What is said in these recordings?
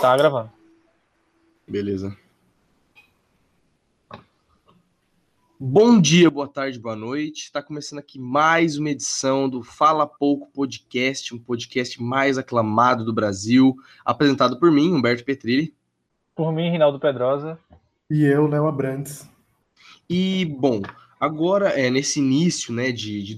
Tá gravando. Beleza. Bom dia, boa tarde, boa noite. Está começando aqui mais uma edição do Fala Pouco Podcast, um podcast mais aclamado do Brasil, apresentado por mim, Humberto Petrilli. Por mim, Rinaldo Pedrosa. E eu, Léo Abrantes. E, bom, agora, nesse início, né, de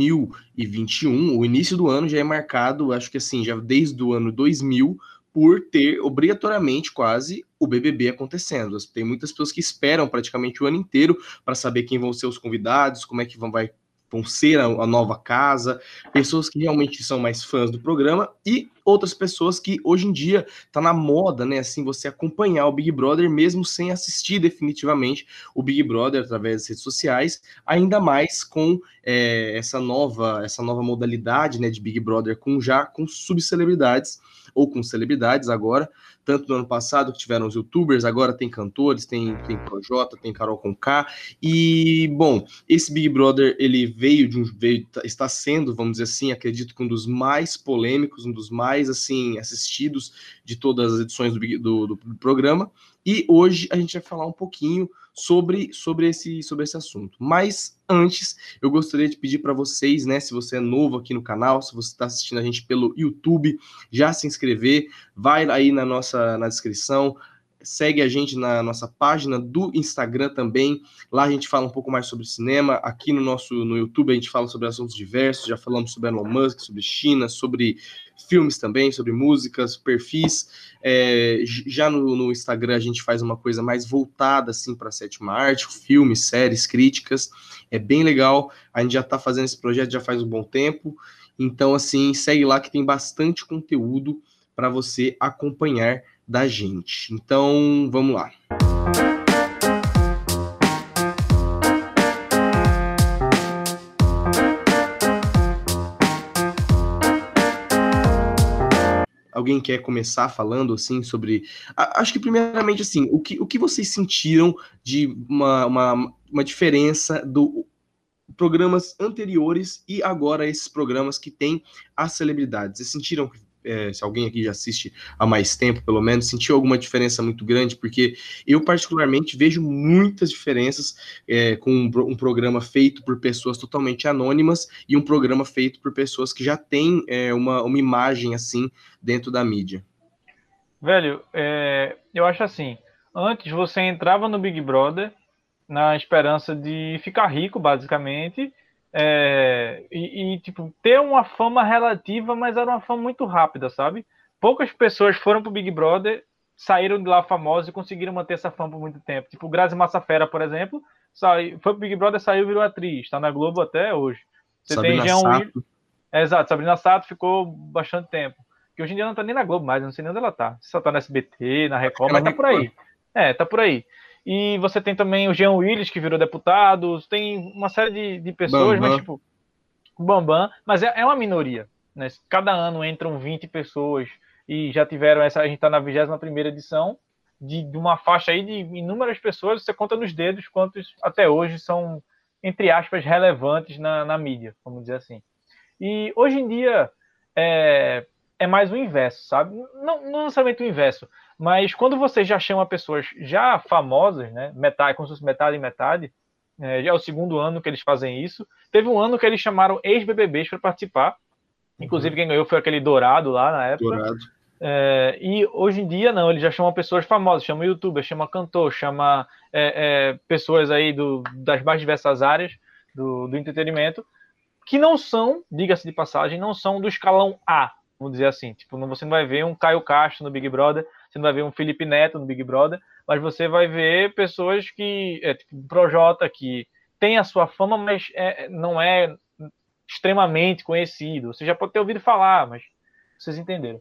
2021, o início do ano já é marcado, acho que assim, já desde o ano 2000, por ter obrigatoriamente quase o BBB acontecendo. Tem muitas pessoas que esperam praticamente o ano inteiro para saber quem vão ser os convidados, como é que vão ser a nova casa, pessoas que realmente são mais fãs do programa e outras pessoas que hoje em dia tá na moda, né, assim, você acompanhar o Big Brother mesmo sem assistir definitivamente o Big Brother através das redes sociais, ainda mais com essa nova modalidade, né, de Big Brother com subcelebridades ou com celebridades agora, tanto no ano passado que tiveram os youtubers, agora tem cantores, tem Projota, tem Carol Conká, e, bom, esse Big Brother, ele está sendo, vamos dizer assim, acredito que um dos mais polêmicos, um dos mais, assim, assistidos de todas as edições do programa, e hoje a gente vai falar um pouquinho sobre esse assunto. Mas antes, eu gostaria de pedir para vocês, né, se você é novo aqui no canal, se você está assistindo a gente pelo YouTube, já se inscrever, vai aí na descrição, segue a gente na nossa página do Instagram também. Lá a gente fala um pouco mais sobre cinema. Aqui no YouTube a gente fala sobre assuntos diversos. Já falamos sobre Elon Musk, sobre China, sobre filmes também, sobre músicas, perfis. Já no Instagram a gente faz uma coisa mais voltada assim para a sétima arte, filmes, séries, críticas. É bem legal. A gente já está fazendo esse projeto já faz um bom tempo. Então, assim, segue lá que tem bastante conteúdo para você acompanhar da gente. Então, vamos lá. Alguém quer começar falando, assim, sobre... Acho que, primeiramente, assim, o que vocês sentiram de uma diferença do programas anteriores e agora esses programas que têm as celebridades? Vocês sentiram, se alguém aqui já assiste há mais tempo, pelo menos, sentiu alguma diferença muito grande? Porque eu, particularmente, vejo muitas diferenças com um programa feito por pessoas totalmente anônimas e um programa feito por pessoas que já têm uma imagem, assim, dentro da mídia. Velho, eu acho assim, antes você entrava no Big Brother na esperança de ficar rico, basicamente, tipo, ter uma fama relativa, mas era uma fama muito rápida, sabe? Poucas pessoas foram pro Big Brother, saíram de lá famosos e conseguiram manter essa fama por muito tempo. Tipo, Grazi Massafera, por exemplo, foi pro Big Brother, saiu e virou atriz, tá na Globo até hoje. Você tem Sabrina Jean Will... Sato. Exato, Sabrina Sato ficou bastante tempo. Que hoje em dia não tá nem na Globo mais, eu não sei nem onde ela tá. Se ela tá na SBT, na Record, mas tá por aí. Tá por aí. E você tem também o Jean Willis, que virou deputado, tem uma série de pessoas, Bambam. mas tipo, o Bambam, mas é uma minoria, né? Cada ano entram 20 pessoas e já tiveram a gente tá na 21ª edição de uma faixa aí de inúmeras pessoas, você conta nos dedos quantos até hoje são, entre aspas, relevantes na mídia, vamos dizer assim. E hoje em dia é mais o inverso, sabe? Não necessariamente o inverso, mas quando você já chama pessoas já famosas, né? Metade, como se fosse metade e metade, já é o segundo ano que eles fazem isso. Teve um ano que eles chamaram ex-BBBs para participar. Inclusive, quem ganhou foi aquele Dourado lá na época. Dourado. E hoje em dia, não, eles já chamam pessoas famosas, chamam youtuber, chama cantor, chama pessoas aí das mais diversas áreas do entretenimento, que não são, diga-se de passagem, não são do escalão A, vamos dizer assim. Tipo, você não vai ver um Caio Castro no Big Brother, você não vai ver um Felipe Neto no Big Brother, mas você vai ver pessoas que, tipo, Projota, que tem a sua fama, mas não é extremamente conhecido. Você já pode ter ouvido falar, mas vocês entenderam.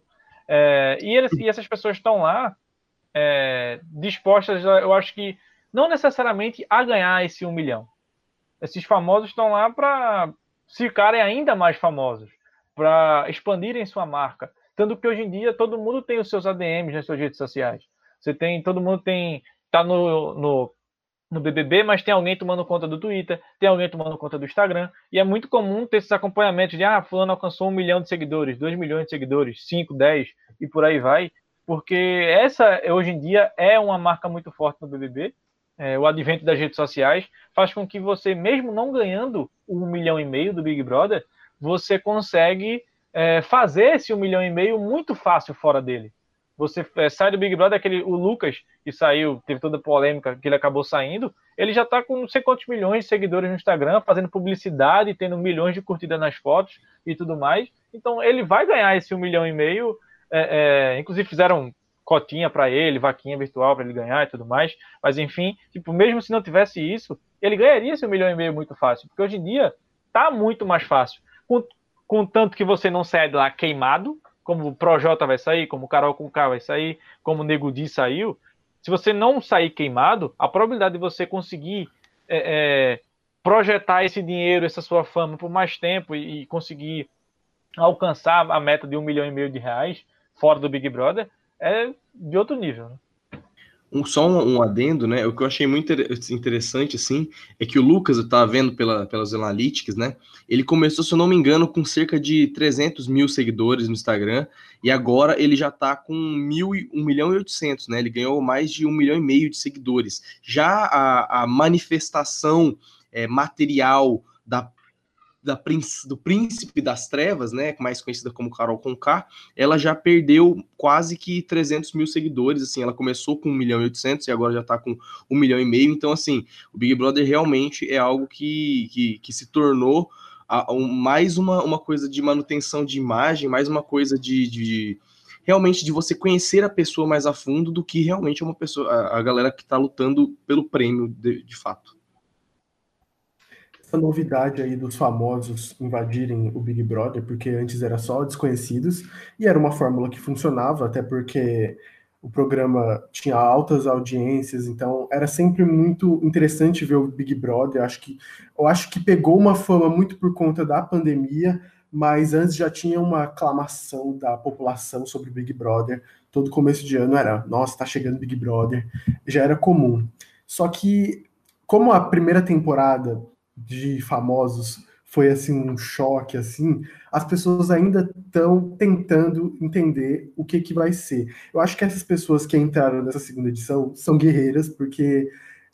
E essas pessoas estão lá dispostas, eu acho que, não necessariamente a ganhar esse 1 milhão. Esses famosos estão lá para ficarem ainda mais famosos, para expandirem sua marca. Tanto que hoje em dia todo mundo tem os seus ADMs nas suas redes sociais. Todo mundo tá no BBB, mas tem alguém tomando conta do Twitter, tem alguém tomando conta do Instagram, e é muito comum ter esses acompanhamentos de fulano alcançou 1 milhão de seguidores, 2 milhões de seguidores, 5, 10, e por aí vai. porque essa, hoje em dia, é uma marca muito forte no BBB. O advento das redes sociais faz com que você, mesmo não ganhando o 1,5 milhão do Big Brother, você consegue fazer esse 1,5 milhão muito fácil fora dele. Você sai do Big Brother, o Lucas, que saiu, teve toda a polêmica, que ele acabou saindo, ele já está com não sei quantos milhões de seguidores no Instagram, fazendo publicidade, tendo milhões de curtidas nas fotos e tudo mais. Então ele vai ganhar esse 1,5 milhão. Inclusive fizeram cotinha para ele, vaquinha virtual para ele ganhar e tudo mais. Mas enfim, tipo, mesmo se não tivesse isso, ele ganharia esse 1,5 milhão muito fácil, porque hoje em dia tá muito mais fácil. Com tanto que você não sai de lá queimado, como o Projota vai sair, como o Carol Conká vai sair, como o Nego Di saiu. Se você não sair queimado, a probabilidade de você conseguir projetar esse dinheiro, essa sua fama por mais tempo e conseguir alcançar a meta de 1,5 milhão de reais fora do Big Brother é de outro nível, né? Só um adendo, né? O que eu achei muito interessante, assim, é que o Lucas, eu tava vendo pelas analytics, né? Ele começou, se eu não me engano, com cerca de 300 mil seguidores no Instagram, e agora ele já tá com 1,8 milhão, né? Ele ganhou mais de 1,5 milhão de seguidores. Já a manifestação material do Príncipe das Trevas, né, mais conhecida como Carol Conká, ela já perdeu quase que 300 mil seguidores, assim, ela começou com 1,8 milhão e agora já tá com 1,5 milhão, então, assim, o Big Brother realmente é algo que se tornou mais uma coisa de manutenção de imagem, mais uma coisa realmente de você conhecer a pessoa mais a fundo do que realmente uma pessoa, a galera que tá lutando pelo prêmio de fato. Essa novidade aí dos famosos invadirem o Big Brother, porque antes era só desconhecidos, e era uma fórmula que funcionava, até porque o programa tinha altas audiências, então era sempre muito interessante ver o Big Brother. Eu acho que pegou uma fama muito por conta da pandemia, mas antes já tinha uma aclamação da população sobre o Big Brother. Todo começo de ano era, nossa, tá chegando Big Brother, já era comum. Só que, como a primeira temporada de famosos foi assim um choque assim, as pessoas ainda estão tentando entender o que vai ser. Eu acho que essas pessoas que entraram nessa segunda edição são guerreiras, porque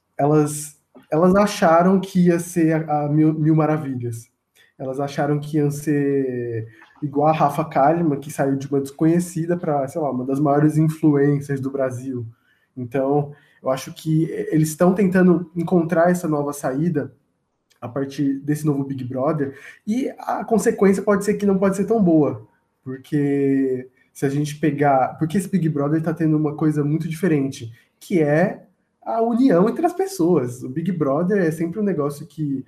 elas acharam que ia ser a Mil Maravilhas. Elas acharam que iam ser igual a Rafa Kalimann, que saiu de uma desconhecida para, sei lá, uma das maiores influências do Brasil. Então, eu acho que eles estão tentando encontrar essa nova saída a partir desse novo Big Brother, e a consequência pode ser que não pode ser tão boa, porque se a gente pegar... Porque esse Big Brother está tendo uma coisa muito diferente, que é a união entre as pessoas. O Big Brother é sempre um negócio que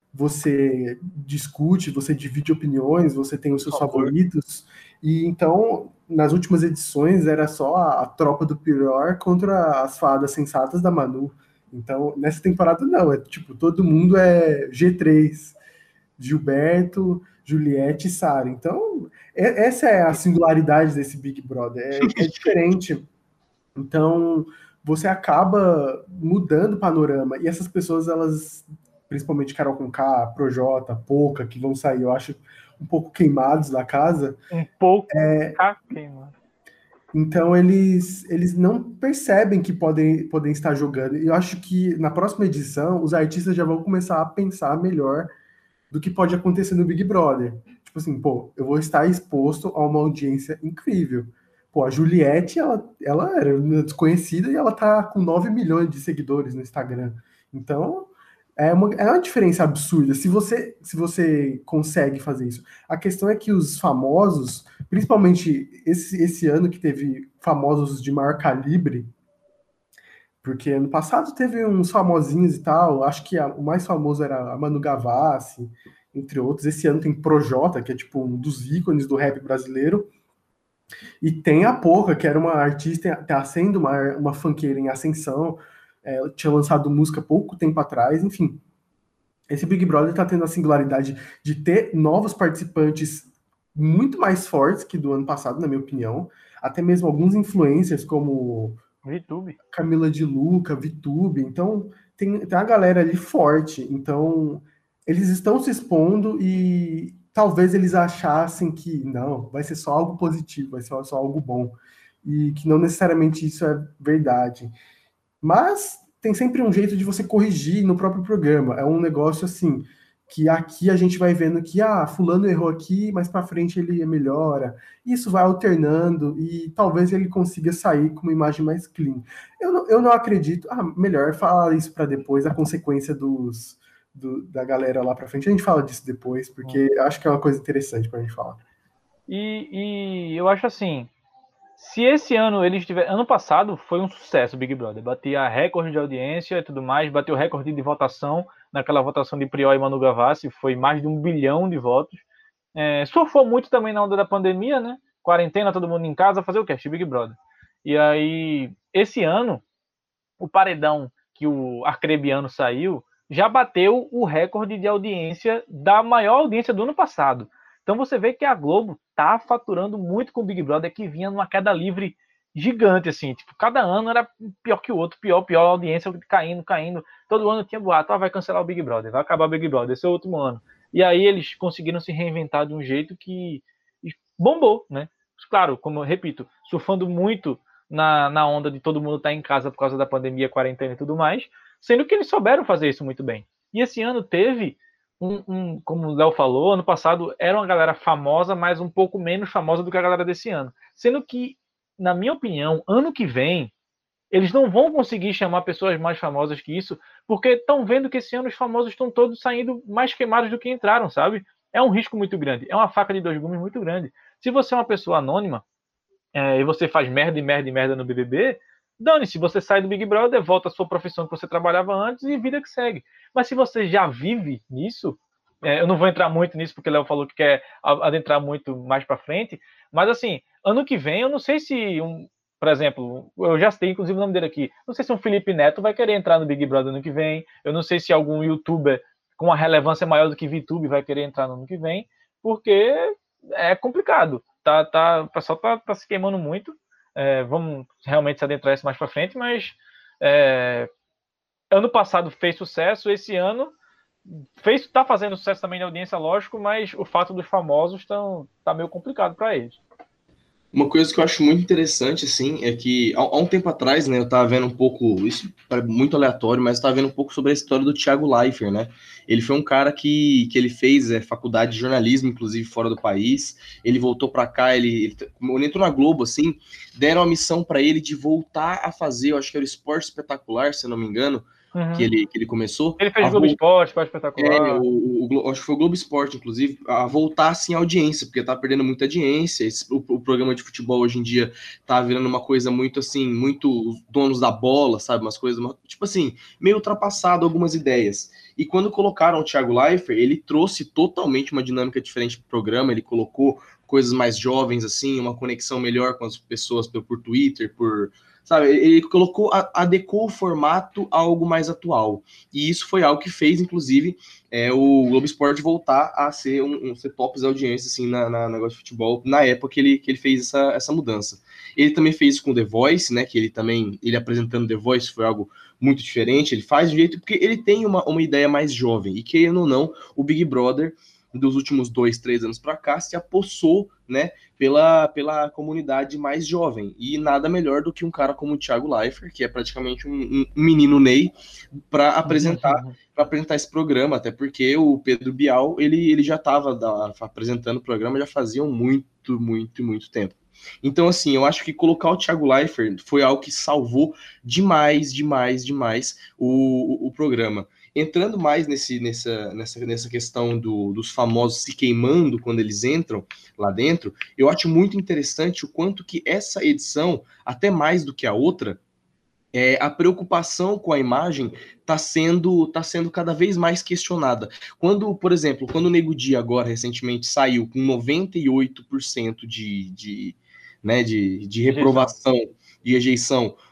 você discute, você divide opiniões, você tem os seus favoritos, e então, nas últimas edições, era só a tropa do pior contra as fadas sensatas da Manu. Então, nessa temporada não, é tipo, todo mundo é G3, Gilberto, Juliette e Sara. Então, essa é a singularidade desse Big Brother, é diferente. Então, você acaba mudando o panorama, e essas pessoas, elas, principalmente Carol Conká, Projota, Poca, que vão sair, eu acho, um pouco queimados da casa. Um pouco queimado. Então eles não percebem que podem estar jogando. E eu acho que na próxima edição os artistas já vão começar a pensar melhor do que pode acontecer no Big Brother. Tipo assim, pô, eu vou estar exposto a uma audiência incrível. Pô, a Juliette, ela era desconhecida e ela tá com 9 milhões de seguidores no Instagram. Então, é uma diferença absurda se você consegue fazer isso. A questão é que os famosos, principalmente esse ano que teve famosos de maior calibre, porque ano passado teve uns famosinhos e tal, acho que o mais famoso era a Manu Gavassi, entre outros. Esse ano tem Projota, que é tipo um dos ícones do rap brasileiro, e tem a Poca, que era uma artista, tá sendo uma funkeira em ascensão, tinha lançado música pouco tempo atrás, enfim. Esse Big Brother tá tendo a singularidade de ter novos participantes muito mais fortes que do ano passado, na minha opinião. Até mesmo alguns influencers como VTube, Camila de Luca, VTube. Então, tem uma galera ali forte. Então, eles estão se expondo e talvez eles achassem que não, vai ser só algo positivo, vai ser só algo bom. e que não necessariamente isso é verdade. Mas tem sempre um jeito de você corrigir no próprio programa. É um negócio assim que aqui a gente vai vendo que fulano errou aqui, mas para frente ele melhora. Isso vai alternando e talvez ele consiga sair com uma imagem mais clean. Eu não acredito. Melhor falar isso para depois, a consequência da galera lá para frente. A gente fala disso depois, porque acho que é uma coisa interessante para a gente falar. E eu acho assim, se esse ano eles tiverem... Ano passado foi um sucesso o Big Brother. Batia recorde de audiência e tudo mais, bateu recorde de votação naquela votação de Priol e Manu Gavassi, foi mais de 1 bilhão de votos. Surfou muito também na onda da pandemia, né? Quarentena, todo mundo em casa, fazer o quê? Big Brother. E aí, esse ano, o paredão que o Arcrebiano saiu já bateu o recorde de audiência da maior audiência do ano passado. Então você vê que a Globo tá faturando muito com o Big Brother, que vinha numa queda livre gigante, assim. Tipo, cada ano era pior que o outro, pior, a audiência caindo. Todo ano tinha boato, vai cancelar o Big Brother, vai acabar o Big Brother, esse é o último ano. E aí eles conseguiram se reinventar de um jeito que bombou, né? Claro, como eu repito, surfando muito na onda de todo mundo estar em casa por causa da pandemia, quarentena e tudo mais, sendo que eles souberam fazer isso muito bem. E esse ano teve como o Léo falou, ano passado era uma galera famosa, mas um pouco menos famosa do que a galera desse ano. Sendo que, na minha opinião, ano que vem, eles não vão conseguir chamar pessoas mais famosas que isso, porque estão vendo que esse ano os famosos estão todos saindo mais queimados do que entraram, sabe? É um risco muito grande, é uma faca de dois gumes muito grande. Se você é uma pessoa anônima, e você faz merda no BBB, dane-se, você sai do Big Brother, volta à sua profissão que você trabalhava antes e vida que segue. Mas se você já vive nisso, eu não vou entrar muito nisso porque o Léo falou que quer adentrar muito mais para frente, mas assim, ano que vem eu não sei se por exemplo, eu já citei inclusive o nome dele aqui, não sei se um Felipe Neto vai querer entrar no Big Brother ano que vem, eu não sei se algum youtuber com uma relevância maior do que VTube vai querer entrar no ano que vem, porque é complicado. O pessoal tá se queimando muito. Vamos realmente se adentrar isso mais para frente, mas ano passado fez sucesso, esse ano tá fazendo sucesso também na audiência, lógico, mas o fato dos famosos tá meio complicado para eles. Uma coisa que eu acho muito interessante, assim, é que há um tempo atrás, né, eu tava vendo um pouco, isso é muito aleatório, mas eu tava vendo um pouco sobre a história do Thiago Leifert, né? Ele foi um cara que ele fez faculdade de jornalismo, inclusive fora do país. Ele voltou para cá, ele entrou na Globo, assim, deram a missão para ele de voltar a fazer, eu acho que era o Esporte Espetacular, se eu não me engano, que ele começou. Ele fez Globo Esporte, foi espetacular. Acho que foi o Globo Esporte, inclusive, a voltar assim a audiência, porque tá perdendo muita audiência. O programa de futebol hoje em dia tá virando uma coisa muito assim, muito donos da bola, sabe? Umas coisas, tipo assim, meio ultrapassado algumas ideias. E quando colocaram o Thiago Leifert, ele trouxe totalmente uma dinâmica diferente pro programa, ele colocou coisas mais jovens, assim, uma conexão melhor com as pessoas por Twitter, sabe, ele adequou o formato a algo mais atual. E isso foi algo que fez, inclusive, o Globo Esporte voltar a ser ser tops de audiência, assim, na negócio de futebol, na época que ele fez essa mudança. Ele também fez isso com The Voice, né, que ele apresentando The Voice foi algo muito diferente, ele faz de jeito, porque ele tem uma ideia mais jovem, e querendo ou não, o Big Brother dos últimos 2-3 anos para cá se apossou, né, pela comunidade mais jovem, e nada melhor do que um cara como o Thiago Leifert, que é praticamente um menino Ney, para apresentar esse programa, até porque o Pedro Bial, ele já estava apresentando o programa já fazia muito tempo. Então, assim, eu acho que colocar o Thiago Leifert foi algo que salvou demais o programa. Entrando mais nessa questão dos famosos se queimando quando eles entram lá dentro, eu acho muito interessante o quanto que essa edição, até mais do que a outra, a preocupação com a imagem está sendo cada vez mais questionada. Por exemplo, quando o Nego Di agora recentemente saiu com 98% de reprovação, de rejeição,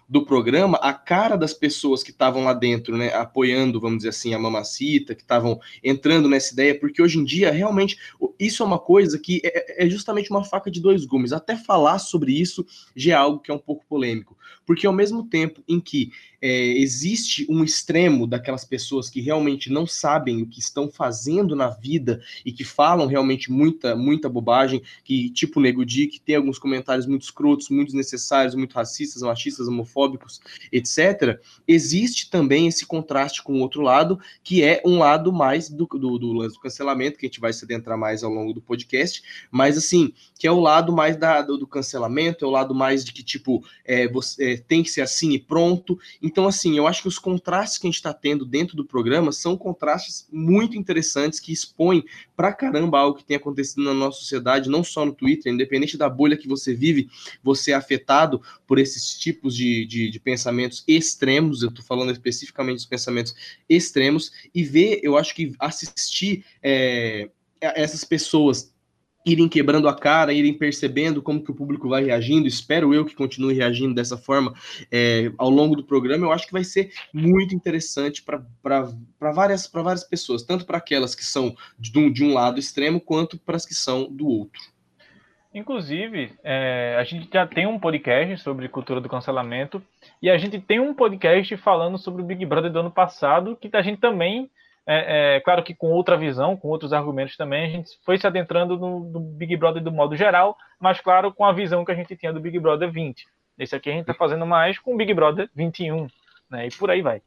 do programa a cara das pessoas que estavam lá dentro, né, apoiando, vamos dizer assim, a Mamacita, que estavam entrando nessa ideia, porque hoje em dia, realmente, isso é uma coisa que é justamente uma faca de dois gumes. Até falar sobre isso já é algo que é um pouco polêmico, porque ao mesmo tempo em que existe um extremo daquelas pessoas que realmente não sabem o que estão fazendo na vida e que falam realmente muita bobagem, que tipo Nego Di, que tem alguns comentários muito escrotos, muito desnecessários, muito racistas, machistas, homofóbicos, etc. Existe também esse contraste com o outro lado, que é um lado mais do lance do cancelamento, que a gente vai se adentrar mais ao longo do podcast, mas assim, que é o lado mais do cancelamento, é o lado mais de que, tipo, você tem que ser assim e pronto. Então, assim, eu acho que os contrastes que a gente está tendo dentro do programa são contrastes muito interessantes que expõem pra caramba algo que tem acontecido na nossa sociedade, não só no Twitter, independente da bolha que você vive, você é afetado por esses tipos de pensamentos extremos, eu tô falando especificamente dos pensamentos extremos, e ver, eu acho que assistir essas pessoas irem quebrando a cara, irem percebendo como que o público vai reagindo, espero eu que continue reagindo dessa forma ao longo do programa, eu acho que vai ser muito interessante para várias pessoas, tanto para aquelas que são de um lado extremo, quanto para as que são do outro. Inclusive, a gente já tem um podcast sobre cultura do cancelamento e a gente tem um podcast falando sobre o Big Brother do ano passado, que a gente também, claro que com outra visão, com outros argumentos também, a gente foi se adentrando no Big Brother do modo geral, mas claro, com a visão que a gente tinha do Big Brother 20. Esse aqui a gente está fazendo mais com o Big Brother 21, né? E por aí vai.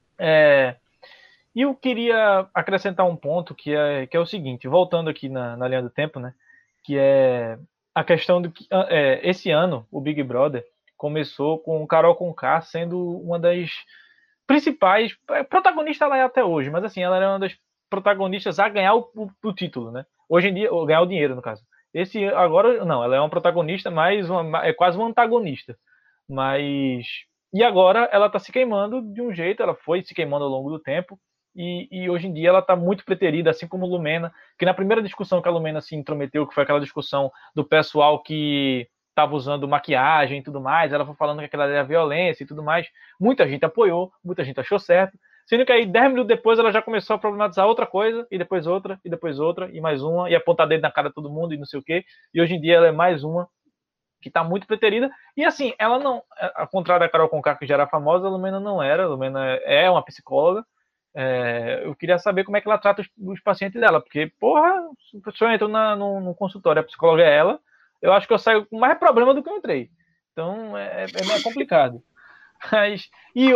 E eu queria acrescentar um ponto que é o seguinte, voltando aqui na linha do tempo, né? Que é a questão de que esse ano o Big Brother começou com Carol Conká sendo uma das principais protagonistas, ela é até hoje, mas assim, ela era uma das protagonistas a ganhar o título, né? Hoje em dia, ganhar o dinheiro, no caso. Esse agora, não, ela é uma protagonista, mas é quase uma antagonista. Mas e agora ela tá se queimando de um jeito, ela foi se queimando ao longo do tempo. E hoje em dia ela está muito preterida, assim como Lumena, que na primeira discussão que a Lumena se intrometeu, que foi aquela discussão do pessoal que estava usando maquiagem e tudo mais, ela foi falando que aquela era violência e tudo mais, muita gente apoiou, muita gente achou certo, sendo que aí 10 minutos depois ela já começou a problematizar outra coisa, e depois outra, e depois outra, e mais uma, e apontar dedo na cara de todo mundo, e não sei o quê, e hoje em dia ela é mais uma que está muito preterida, e assim, ela não, ao contrário da Carol Conká, que já era famosa, a Lumena não era, a Lumena é uma psicóloga. Eu queria saber como é que ela trata os pacientes dela, porque, porra, se eu entro num consultório, a psicóloga é ela, eu acho que eu saio com mais problema do que eu entrei. Então, é complicado. Mas,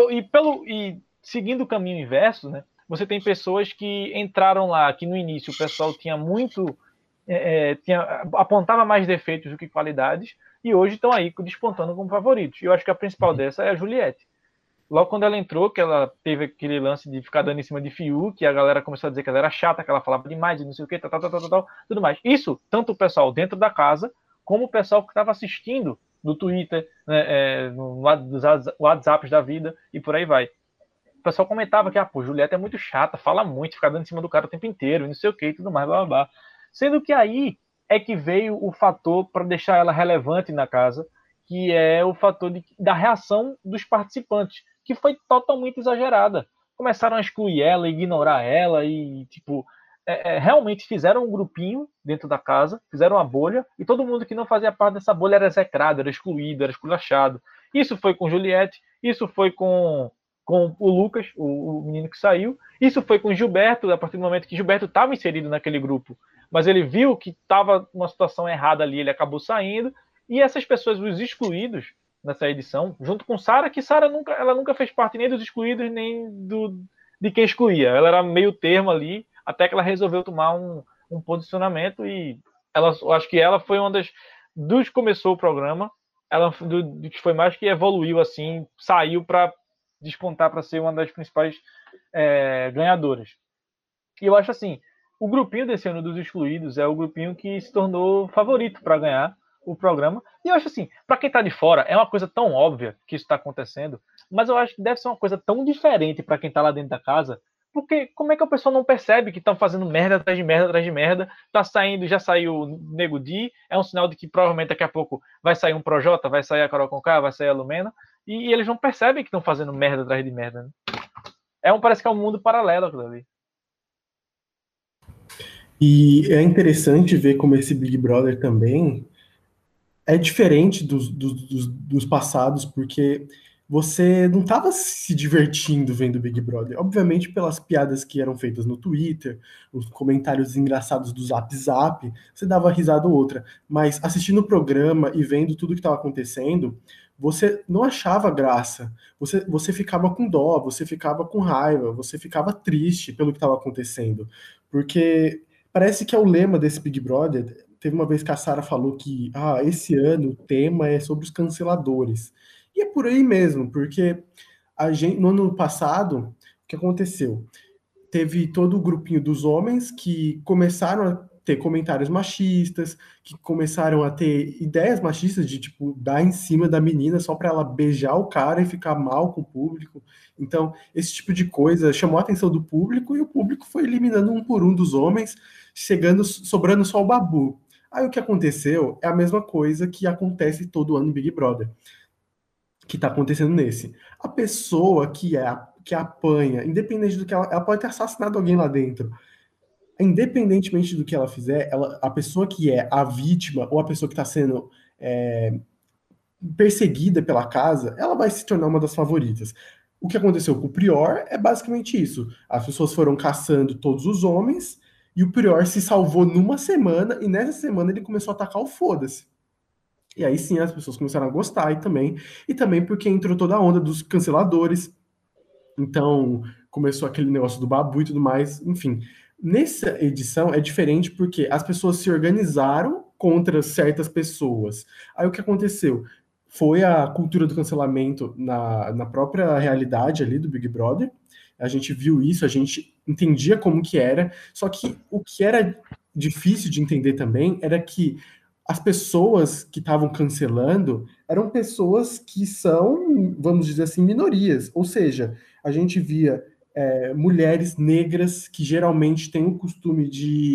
e seguindo o caminho inverso, né, você tem pessoas que entraram lá, que no início o pessoal tinha muito... apontava mais defeitos do que qualidades, e hoje estão aí despontando como favoritos. E eu acho que a principal dessa é a Juliette. Logo quando ela entrou, que ela teve aquele lance de ficar dando em cima de Fiuk, que a galera começou a dizer que ela era chata, que ela falava demais e não sei o que, tal, tudo mais. Isso, tanto o pessoal dentro da casa, como o pessoal que estava assistindo no Twitter, né, no WhatsApp da vida, e por aí vai. O pessoal comentava que, Juliette é muito chata, fala muito, fica dando em cima do cara o tempo inteiro, e não sei o que, e tudo mais, blá, blá, blá. Sendo que aí é que veio o fator para deixar ela relevante na casa, que é o fator da reação dos participantes, que foi totalmente exagerada. Começaram a excluir ela, ignorar ela e, tipo, realmente fizeram um grupinho dentro da casa, fizeram uma bolha, e todo mundo que não fazia parte dessa bolha era execrado, era excluído, era esculachado. Isso foi com Juliette, isso foi com o Lucas, o menino que saiu, isso foi com Gilberto, a partir do momento que Gilberto estava inserido naquele grupo, mas ele viu que estava uma situação errada ali, ele acabou saindo, e essas pessoas, os excluídos, nessa edição, junto com Sara, que Sara nunca fez parte nem dos excluídos, nem de quem excluía. Ela era meio termo ali, até que ela resolveu tomar um posicionamento, e eu acho que ela foi uma dos que começou o programa, do que foi mais que evoluiu, assim, saiu para despontar para ser uma das principais ganhadoras. E eu acho assim, o grupinho desse ano dos excluídos é o grupinho que se tornou favorito para ganhar o programa. E eu acho assim, para quem tá de fora, é uma coisa tão óbvia que isso está acontecendo, mas eu acho que deve ser uma coisa tão diferente para quem tá lá dentro da casa, porque como é que a pessoa não percebe que estão fazendo merda atrás de merda atrás de merda, tá saindo, já saiu o Nego Di, é um sinal de que provavelmente daqui a pouco vai sair um Projota, vai sair a Carol Conká, vai sair a Lumena, e eles não percebem que estão fazendo merda atrás de merda, né? Parece que é um mundo paralelo aquilo ali. E é interessante ver como esse Big Brother também é diferente dos passados, porque você não estava se divertindo vendo Big Brother. Obviamente, pelas piadas que eram feitas no Twitter, os comentários engraçados do Zap Zap, você dava risada ou outra. Mas assistindo o programa e vendo tudo que estava acontecendo, você não achava graça. Você ficava com dó, você ficava com raiva, você ficava triste pelo que estava acontecendo. Porque parece que é o lema desse Big Brother. Teve uma vez que a Sarah falou que esse ano o tema é sobre os canceladores. E é por aí mesmo, porque no ano passado, o que aconteceu? Teve todo o grupinho dos homens que começaram a ter comentários machistas, que começaram a ter ideias machistas de, tipo, dar em cima da menina só para ela beijar o cara e ficar mal com o público. Então, esse tipo de coisa chamou a atenção do público e o público foi eliminando um por um dos homens, sobrando só o Babu. Aí o que aconteceu é a mesma coisa que acontece todo ano no Big Brother, que tá acontecendo nesse. A pessoa que apanha, independente do que ela pode ter assassinado alguém lá dentro. Independentemente do que ela fizer, a pessoa que é a vítima ou a pessoa que está sendo perseguida pela casa, ela vai se tornar uma das favoritas. O que aconteceu com o Prior é basicamente isso. As pessoas foram caçando todos os homens e o Prior se salvou numa semana e nessa semana ele começou a atacar o foda-se. E aí sim as pessoas começaram a gostar e também porque entrou toda a onda dos canceladores. Então começou aquele negócio do Babu e tudo mais, enfim. Nessa edição é diferente porque as pessoas se organizaram contra certas pessoas. Aí o que aconteceu? Foi a cultura do cancelamento na própria realidade ali do Big Brother. A gente viu isso, a gente entendia como que era, só que o que era difícil de entender também era que as pessoas que estavam cancelando eram pessoas que são, vamos dizer assim, minorias. Ou seja, a gente via mulheres negras que geralmente têm o costume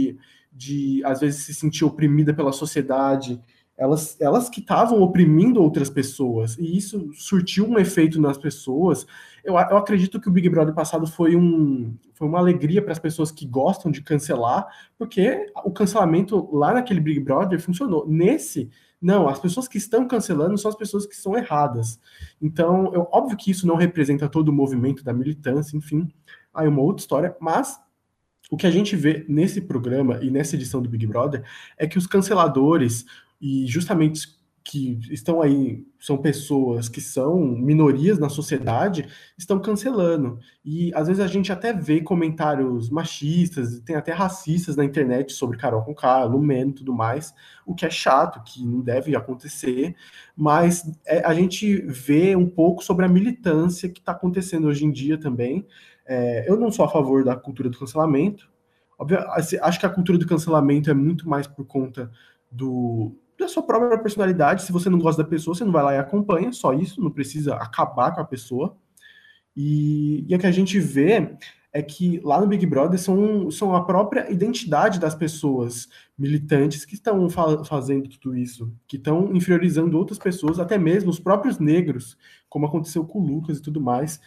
de às vezes, se sentir oprimida pela sociedade. Elas que estavam oprimindo outras pessoas. E isso surtiu um efeito nas pessoas. Eu acredito que o Big Brother passado foi uma alegria para as pessoas que gostam de cancelar, porque o cancelamento lá naquele Big Brother funcionou. Nesse, não, as pessoas que estão cancelando são as pessoas que são erradas. Então, óbvio que isso não representa todo o movimento da militância, enfim, aí é uma outra história, mas o que a gente vê nesse programa e nessa edição do Big Brother é que os canceladores, e justamente que estão aí, são pessoas que são minorias na sociedade, estão cancelando. E às vezes a gente até vê comentários machistas, tem até racistas na internet sobre Carol Conká, Lumena e tudo mais, o que é chato, que não deve acontecer, mas a gente vê um pouco sobre a militância que está acontecendo hoje em dia também. Eu não sou a favor da cultura do cancelamento. Acho que a cultura do cancelamento é muito mais por conta da sua própria personalidade. Se você não gosta da pessoa, você não vai lá e acompanha, só isso, não precisa acabar com a pessoa. E o que a gente vê é que lá no Big Brother são a própria identidade das pessoas militantes que estão fazendo tudo isso, que estão inferiorizando outras pessoas, até mesmo os próprios negros, como aconteceu com o Lucas e tudo mais.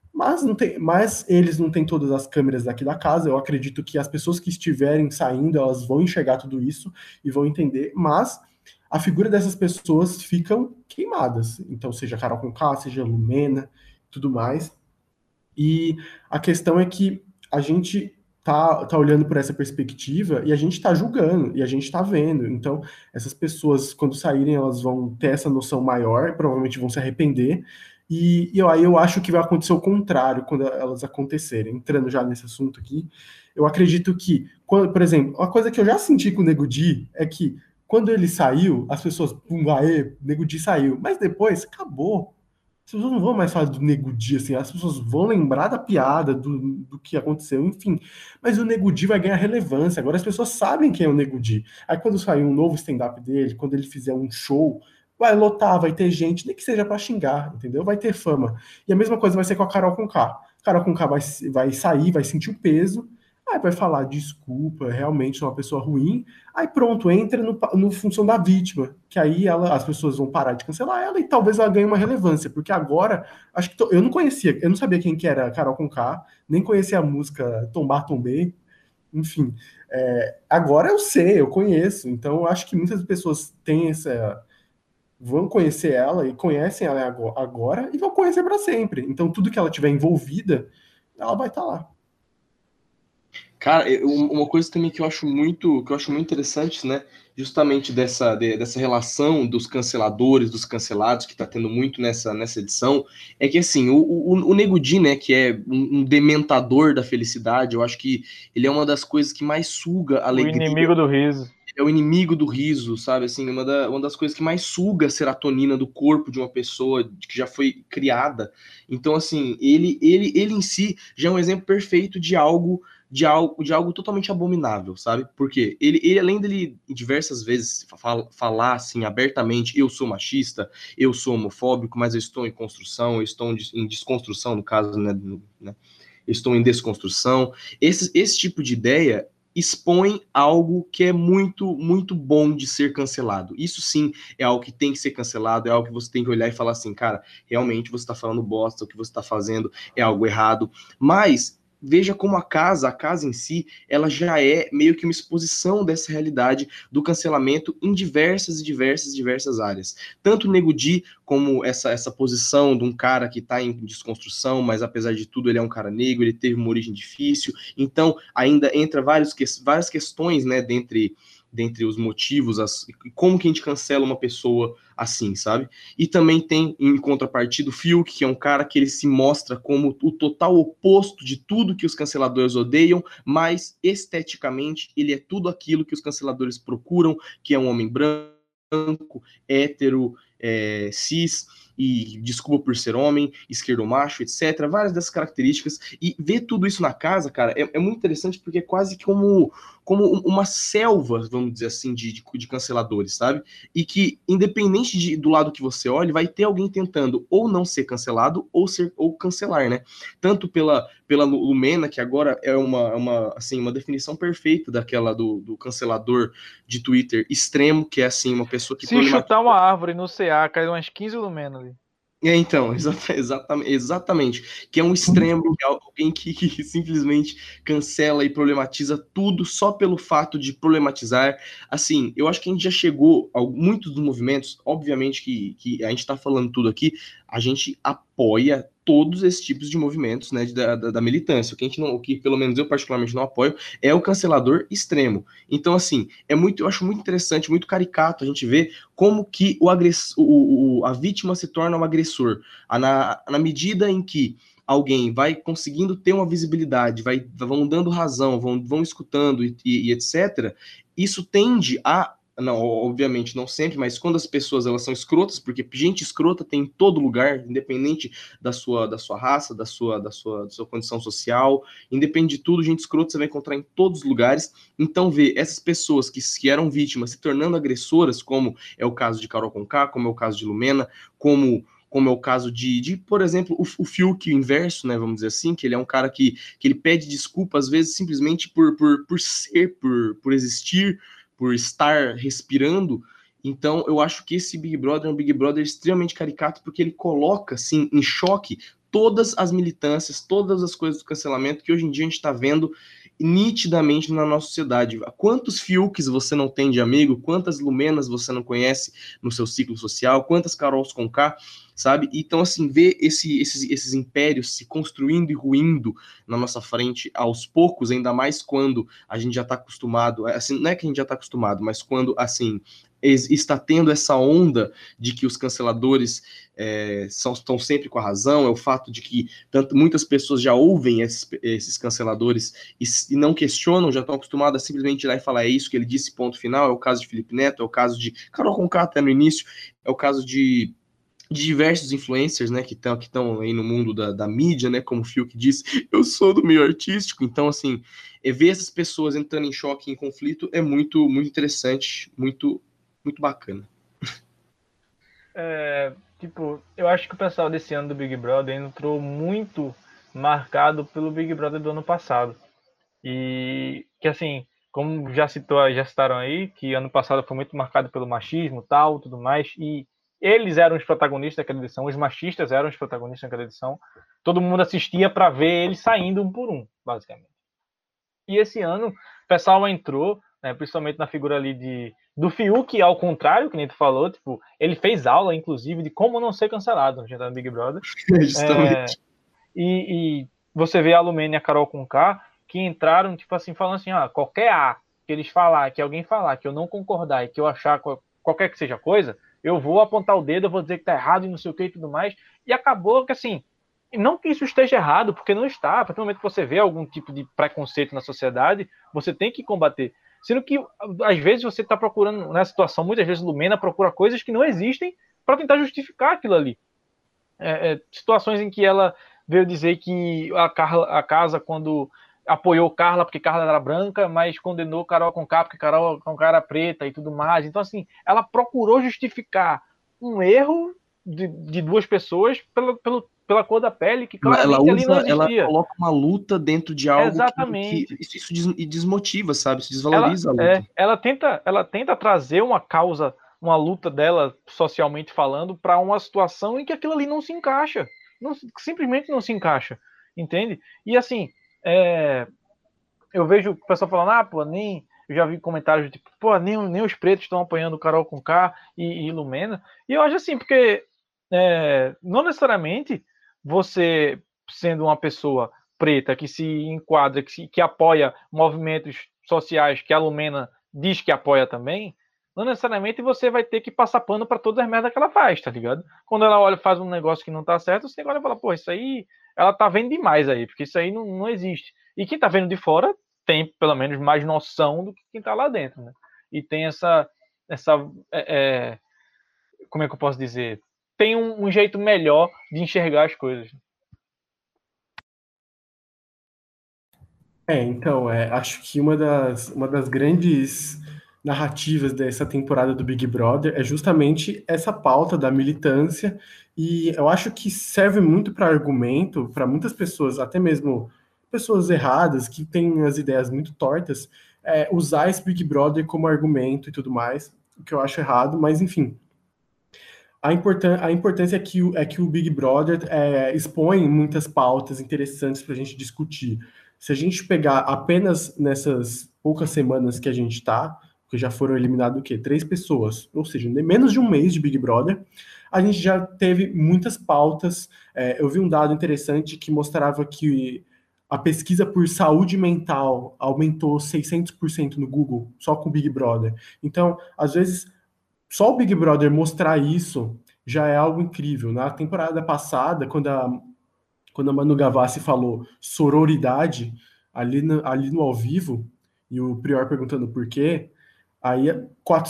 Mas eles não têm todas as câmeras daqui da casa. Eu acredito que as pessoas que estiverem saindo, elas vão enxergar tudo isso e vão entender, mas a figura dessas pessoas ficam queimadas. Então, seja Carol Conká, seja Lumena, tudo mais. E a questão é que a gente tá olhando por essa perspectiva e a gente tá julgando, e a gente tá vendo. Então, essas pessoas, quando saírem, elas vão ter essa noção maior, provavelmente vão se arrepender, aí eu acho que vai acontecer o contrário quando elas acontecerem. Entrando já nesse assunto aqui, eu acredito que, por exemplo, uma coisa que eu já senti com o Nego Di é que quando ele saiu, as pessoas, pum, aê, Nego Di saiu. Mas depois, acabou. As pessoas não vão mais falar do Nego Di, assim, as pessoas vão lembrar da piada, do que aconteceu, enfim. Mas o Nego Di vai ganhar relevância. Agora as pessoas sabem quem é o Nego Di. Aí quando sair um novo stand-up dele, quando ele fizer um show, vai lotar, vai ter gente, nem que seja pra xingar, entendeu? Vai ter fama. E a mesma coisa vai ser com a Carol Conká. Carol Conká vai sair, vai sentir o peso, aí vai falar desculpa, realmente é uma pessoa ruim, aí pronto, entra no função da vítima, que aí as pessoas vão parar de cancelar ela e talvez ela ganhe uma relevância, porque agora, acho que eu não conhecia, eu não sabia quem que era Carol Conká, nem conhecia a música Tombar Tombei, enfim, agora eu sei, eu conheço, então eu acho que muitas pessoas têm vão conhecer ela e conhecem ela agora e vão conhecer para sempre. Então tudo que ela tiver envolvida, ela vai estar lá. Cara, uma coisa também que eu acho muito interessante, né? Justamente dessa relação dos canceladores, dos cancelados, que está tendo muito nessa edição, é que assim, o Nego Di, né, que é um dementador da felicidade, eu acho que ele é uma das coisas que mais suga a O alegria, inimigo do riso. é o inimigo do riso, sabe? Assim, uma das coisas que mais suga a serotonina do corpo de uma pessoa que já foi criada. Então, assim, ele em si já é um exemplo perfeito de algo totalmente abominável, sabe? Porque ele além dele diversas vezes falar assim abertamente, eu sou machista, eu sou homofóbico, mas eu estou em construção, eu estou em desconstrução, no caso, né? Eu estou em desconstrução. Esse tipo de ideia expõe algo que é muito, muito bom de ser cancelado. Isso sim é algo que tem que ser cancelado, é algo que você tem que olhar e falar assim, cara, realmente você está falando bosta, o que você está fazendo é algo errado. Mas veja como a casa em si, ela já é meio que uma exposição dessa realidade do cancelamento em diversas áreas. Tanto o Nego Di como essa posição de um cara que está em desconstrução, mas apesar de tudo ele é um cara negro, ele teve uma origem difícil, então ainda entra várias questões, né, dentre os motivos, como que a gente cancela uma pessoa assim, sabe? E também tem, em contrapartida, o Fiuk, que é um cara que ele se mostra como o total oposto de tudo que os canceladores odeiam, mas esteticamente ele é tudo aquilo que os canceladores procuram, que é um homem branco, hétero, cis, e desculpa por ser homem, esquerdo macho, etc. Várias dessas características. E ver tudo isso na casa, cara, é muito interessante porque é quase como uma selva, vamos dizer assim, de canceladores, sabe? E que, independente do lado que você olhe, vai ter alguém tentando ou não ser cancelado ou cancelar, né? Tanto pela Lumena, que agora é uma definição perfeita daquela do cancelador de Twitter extremo, que é assim, uma pessoa que Se problematiza. chutar uma árvore no CA, cai umas 15 lumenas ali. Então, exatamente. Que é um extremo, que é alguém que simplesmente cancela e problematiza tudo só pelo fato de problematizar. Assim, eu acho que a gente já chegou a muitos dos movimentos, obviamente que a gente está falando tudo aqui, a gente apoia todos esses tipos de movimentos, né, da militância. O que a gente não, o que pelo menos eu particularmente não apoio é o cancelador extremo. Então, assim, eu acho muito interessante, muito caricato a gente ver como que a vítima se torna um agressor. Na medida em que alguém vai conseguindo ter uma visibilidade, vão dando razão, vão escutando e etc., isso tende a. Não, obviamente não sempre, mas quando as pessoas elas são escrotas, porque gente escrota tem em todo lugar, independente da sua raça, da sua condição social, independente de tudo, gente escrota você vai encontrar em todos os lugares. Então, ver essas pessoas que eram vítimas se tornando agressoras, como é o caso de Carol Conká, como é o caso de Lumena, como é o caso por exemplo, o Fiuk inverso, né, vamos dizer assim, que ele é um cara que ele pede desculpa, às vezes, simplesmente por existir, por estar respirando. Então, eu acho que esse Big Brother é um Big Brother extremamente caricato, porque ele coloca, assim, em choque todas as militâncias, todas as coisas do cancelamento que hoje em dia a gente está vendo nitidamente na nossa sociedade. Quantos Fiuks você não tem de amigo? Quantas Lumenas você não conhece no seu ciclo social? Quantas Carols Conká, sabe? Então, assim, ver esses impérios se construindo e ruindo na nossa frente aos poucos, ainda mais quando a gente já está acostumado, assim, não é que a gente já está acostumado, mas quando, assim, está tendo essa onda de que os canceladores estão sempre com a razão, é o fato de que muitas pessoas já ouvem esses canceladores e não questionam, já estão acostumados a simplesmente ir lá e falar é isso que ele disse, ponto final. É o caso de Felipe Neto, é o caso de Carol Conká até no início, é o caso de diversos influencers, né, que estão aí no mundo da mídia, né, como o Fiuk disse, eu sou do meio artístico, então, assim, ver essas pessoas entrando em choque, em conflito, é muito, muito interessante, muito, muito bacana. Tipo, eu acho que o pessoal desse ano do Big Brother entrou muito marcado pelo Big Brother do ano passado. E que, assim, como já citaram aí, que ano passado foi muito marcado pelo machismo, tal, tudo mais, e eles eram os protagonistas daquela edição, os machistas eram os protagonistas daquela edição. Todo mundo assistia para ver eles saindo um por um, basicamente. E esse ano, o pessoal entrou, né, principalmente na figura ali do Fiuk, ao contrário, que nem tu falou, tipo, ele fez aula, inclusive, de como não ser cancelado no Big Brother. Justamente. E você vê a Lumene e a Carol Conká, que entraram, tipo assim, falando assim, qualquer A que eles falar, que alguém falar, que eu não concordar e que eu achar qualquer que seja coisa, eu vou apontar o dedo, eu vou dizer que tá errado e não sei o que e tudo mais. E acabou que, assim, não que isso esteja errado, porque não está. A partir do momento que você vê algum tipo de preconceito na sociedade, você tem que combater. Sendo que, às vezes, você está procurando, nessa situação, muitas vezes Lumena procura coisas que não existem para tentar justificar aquilo ali. Situações em que ela veio dizer que a casa, quando apoiou Carla porque Carla era branca, mas condenou Carol Conká porque Carol Conká era preta e tudo mais. Então, assim, ela procurou justificar um erro de duas pessoas pela cor da pele, que claramente ali não ela existia. coloca uma luta dentro de algo Exatamente. que isso desmotiva, sabe? Isso desvaloriza a luta. Ela tenta trazer uma causa, uma luta dela, socialmente falando, para uma situação em que aquilo ali não se encaixa. Simplesmente não se encaixa. Entende? E assim, eu vejo o pessoal falando, pô, eu já vi comentários tipo, pô, nem os pretos estão apoiando Carol Conká e Lumena. E eu acho assim, porque não necessariamente você, sendo uma pessoa preta que se enquadra, que apoia movimentos sociais que a Lumena diz que apoia também, não necessariamente você vai ter que passar pano para todas as merdas que ela faz, tá ligado? Quando ela olha faz um negócio que não tá certo, você olha e fala, pô, isso aí, ela tá vendo demais aí, porque isso aí não existe. E quem tá vendo de fora tem, pelo menos, mais noção do que quem tá lá dentro, né? E tem como é que eu posso dizer? Tem um jeito melhor de enxergar as coisas. Então, acho que uma das grandes narrativas dessa temporada do Big Brother é justamente essa pauta da militância, e eu acho que serve muito para argumento para muitas pessoas, até mesmo pessoas erradas, que têm as ideias muito tortas, usar esse Big Brother como argumento e tudo mais, o que eu acho errado, mas enfim. A importância é que o Big Brother expõe muitas pautas interessantes para a gente discutir. Se a gente pegar apenas nessas poucas semanas que a gente está, porque já foram eliminadas o quê? 3 pessoas, ou seja, menos de um mês de Big Brother, a gente já teve muitas pautas. Eu vi um dado interessante que mostrava que a pesquisa por saúde mental aumentou 600% no Google, só com o Big Brother. Então, às vezes, só o Big Brother mostrar isso já é algo incrível. Na temporada passada, quando a Manu Gavassi falou sororidade ali no ao vivo, e o Prior perguntando por quê, aí é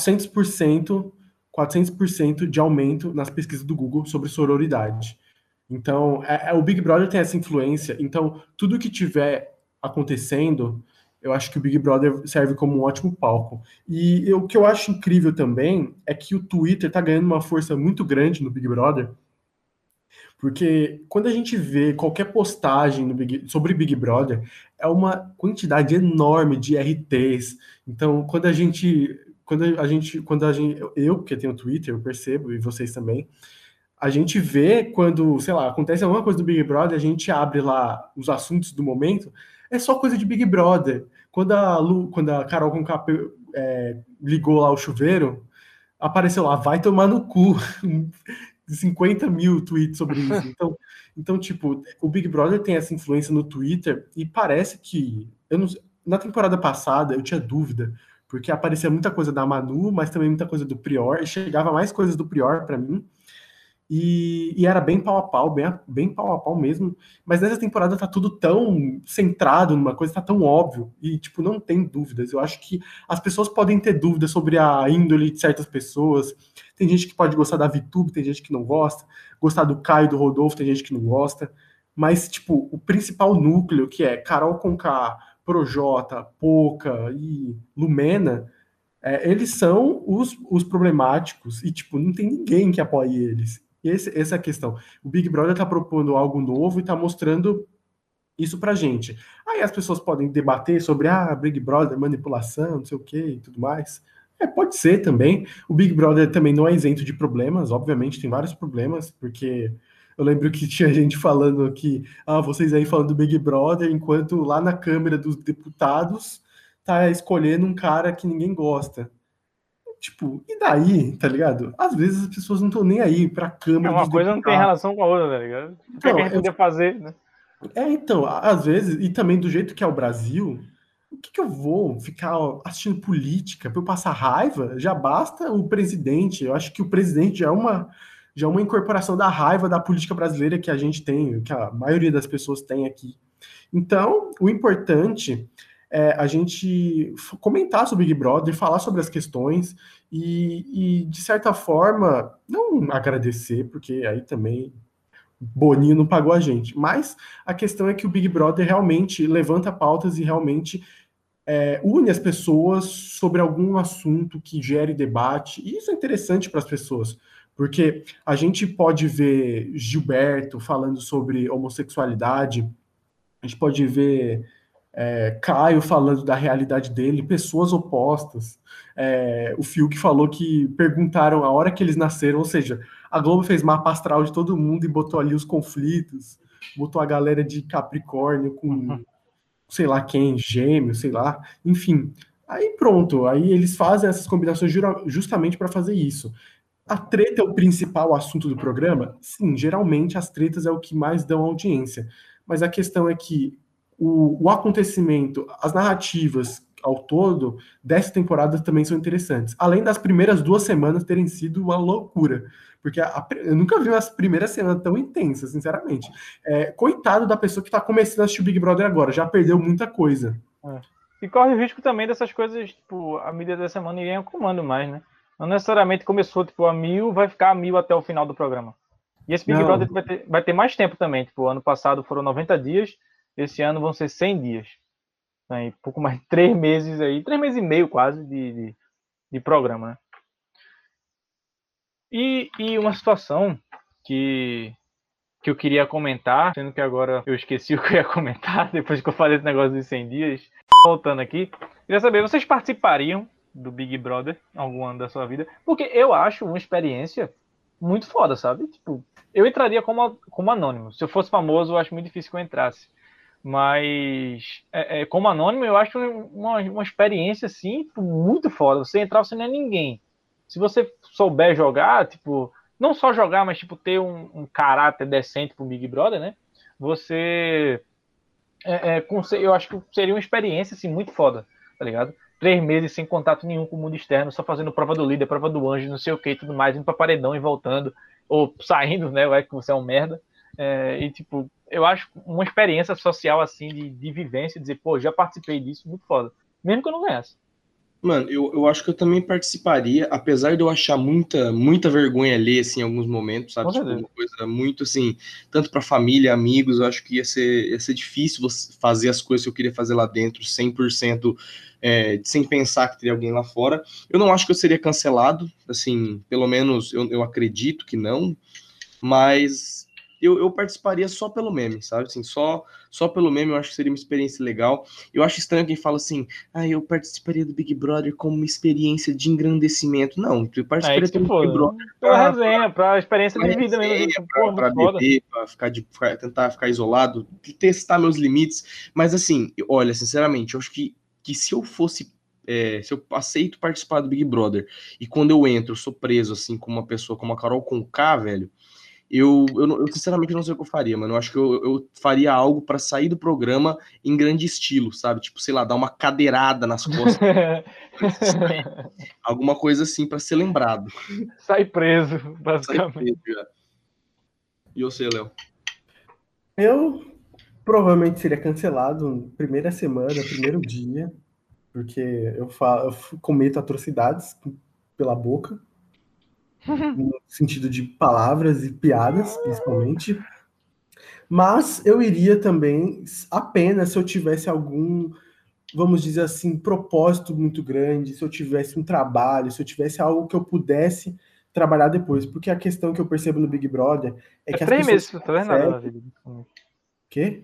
400% de aumento nas pesquisas do Google sobre sororidade. Então, o Big Brother tem essa influência. Então, tudo que tiver acontecendo, eu acho que o Big Brother serve como um ótimo palco. E o que eu acho incrível também é que o Twitter está ganhando uma força muito grande no Big Brother, porque quando a gente vê qualquer postagem sobre Big Brother, é uma quantidade enorme de RTs. Então, eu que tenho Twitter, eu percebo, e vocês também, a gente vê quando, sei lá, acontece alguma coisa do Big Brother, a gente abre lá os assuntos do momento, é só coisa de Big Brother. Quando a Carol Conká ligou lá o chuveiro, apareceu lá, vai tomar no cu. 50 mil tweets sobre isso. Então, tipo, o Big Brother tem essa influência no Twitter e parece que. Na temporada passada eu tinha dúvida, porque aparecia muita coisa da Manu, mas também muita coisa do Prior, e chegava mais coisas do Prior para mim. E era bem pau a pau, bem pau a pau mesmo. Mas nessa temporada tá tudo tão centrado numa coisa, tá tão óbvio. E, tipo, não tem dúvidas. Eu acho que as pessoas podem ter dúvidas sobre a índole de certas pessoas. Tem gente que pode gostar da VTube, tem gente que não gosta. Gostar do Caio, do Rodolfo, tem gente que não gosta. Mas, tipo, o principal núcleo, que é Carol Conká, Projota, Poca e Lumena, eles são os problemáticos. E, tipo, não tem ninguém que apoie eles. Essa é a questão. O Big Brother está propondo algo novo e está mostrando Isso pra gente. Aí as pessoas podem debater sobre Big Brother, manipulação, não sei o que e tudo mais. Pode ser também. O Big Brother também não é isento de problemas, obviamente tem vários problemas, porque eu lembro que tinha gente falando que, vocês aí falando do Big Brother, enquanto lá na Câmara dos Deputados tá escolhendo um cara que ninguém gosta. Tipo, e daí, tá ligado? Às vezes as pessoas não estão nem aí pra Câmara Uma dos coisa não tem Deputados. relação com a outra, tá ligado? O que é que a Então, gente podia fazer, né? então, às vezes, e também do jeito que é o Brasil, o que eu vou ficar assistindo política para eu passar raiva? Já basta o presidente. Eu acho que o presidente já é uma incorporação da raiva da política brasileira que a gente tem, que a maioria das pessoas tem aqui. Então, o importante é a gente comentar sobre o Big Brother, falar sobre as questões de certa forma, não agradecer, porque aí também Boninho não pagou a gente. Mas a questão é que o Big Brother realmente levanta pautas e realmente une as pessoas sobre algum assunto que gere debate. E isso é interessante para as pessoas, porque a gente pode ver Gilberto falando sobre homossexualidade, a gente pode ver Caio falando da realidade dele, pessoas opostas. O Fiuk falou que perguntaram a hora que eles nasceram, ou seja, a Globo fez mapa astral de todo mundo e botou ali os conflitos, botou a galera de Capricórnio com sei lá quem, Gêmeos, sei lá, enfim. Aí pronto, aí eles fazem essas combinações justamente para fazer isso. A treta é o principal assunto do programa? Sim, geralmente as tretas é o que mais dão audiência. Mas a questão é que o acontecimento, as narrativas ao todo dessa temporada também são interessantes. Além das primeiras 2 semanas terem sido uma loucura. Porque eu nunca vi umas primeiras semanas tão intensas, sinceramente. Coitado da pessoa que está começando a assistir o Big Brother agora, já perdeu muita coisa. E corre o risco também dessas coisas, tipo, a mídia da semana irem comando mais, né? Não necessariamente começou, tipo, a 1000, vai ficar a 1000 até o final do programa. E esse Big Não, Brother vai ter mais tempo também. Tipo, ano passado foram 90 dias, esse ano vão ser 100 dias. Né? Pouco mais de 3 meses aí, 3 meses e meio quase de programa, né? E uma situação que eu queria comentar, sendo que agora eu esqueci o que eu ia comentar, depois que eu falei esse negócio dos 100 dias. Voltando aqui, queria saber, vocês participariam do Big Brother em algum ano da sua vida? Porque eu acho uma experiência muito foda, sabe? Tipo, eu entraria como anônimo. Se eu fosse famoso, eu acho muito difícil que eu entrasse. Mas, como anônimo, eu acho uma experiência, assim, tipo, muito foda. Você entrar, você não é ninguém. Se você souber jogar, tipo, não só jogar, mas, tipo, ter um caráter decente pro Big Brother, né? Você, eu acho que seria uma experiência, assim, muito foda, tá ligado? 3 meses sem contato nenhum com o mundo externo, só fazendo prova do líder, prova do anjo, não sei o que e tudo mais, indo pra paredão e voltando, ou saindo, né? Vai que você é um merda. E, tipo, eu acho uma experiência social, assim, de vivência, dizer, pô, já participei disso, muito foda. Mesmo que eu não ganhasse. Mano, eu acho que eu também participaria, apesar de eu achar muita vergonha ler, assim, em alguns momentos, sabe? Com Tipo, certeza. uma coisa muito, assim, tanto pra família, amigos, eu acho que ia ser difícil você fazer as coisas que eu queria fazer lá dentro, 100%, sem pensar que teria alguém lá fora. Eu não acho que eu seria cancelado, assim, pelo menos eu acredito que não, mas eu participaria só pelo meme, sabe? Assim, só pelo meme eu acho que seria uma experiência legal. Eu acho estranho quem fala assim, eu participaria do Big Brother como uma experiência de engrandecimento. Não, eu É que participaria se do Big for, Brother pela resenha, pra experiência pra de vida mesmo. resenha, Tipo, pô, pra muito foda. beber, pra tentar ficar isolado, testar meus limites. Mas assim, olha, sinceramente, eu acho que se eu fosse se eu aceito participar do Big Brother e quando eu entro, eu sou preso assim com uma pessoa como a Carol Conká, velho, eu sinceramente não sei o que eu faria, mano. Eu acho que eu faria algo pra sair do programa em grande estilo, sabe? Tipo, sei lá, dar uma cadeirada nas costas. Alguma coisa assim pra ser lembrado. Sai preso, Sair basicamente. preso já. E você, Léo? Eu provavelmente seria cancelado primeira semana, primeiro dia, porque eu cometo atrocidades pela boca, no sentido de palavras e piadas, principalmente. Mas eu iria também apenas se eu tivesse algum, vamos dizer assim, propósito muito grande, se eu tivesse um trabalho, se eu tivesse algo que eu pudesse trabalhar depois. Porque a questão que eu percebo no Big Brother é que as 3 meses pessoas sem fazer nada conseguem. na vida. Quê?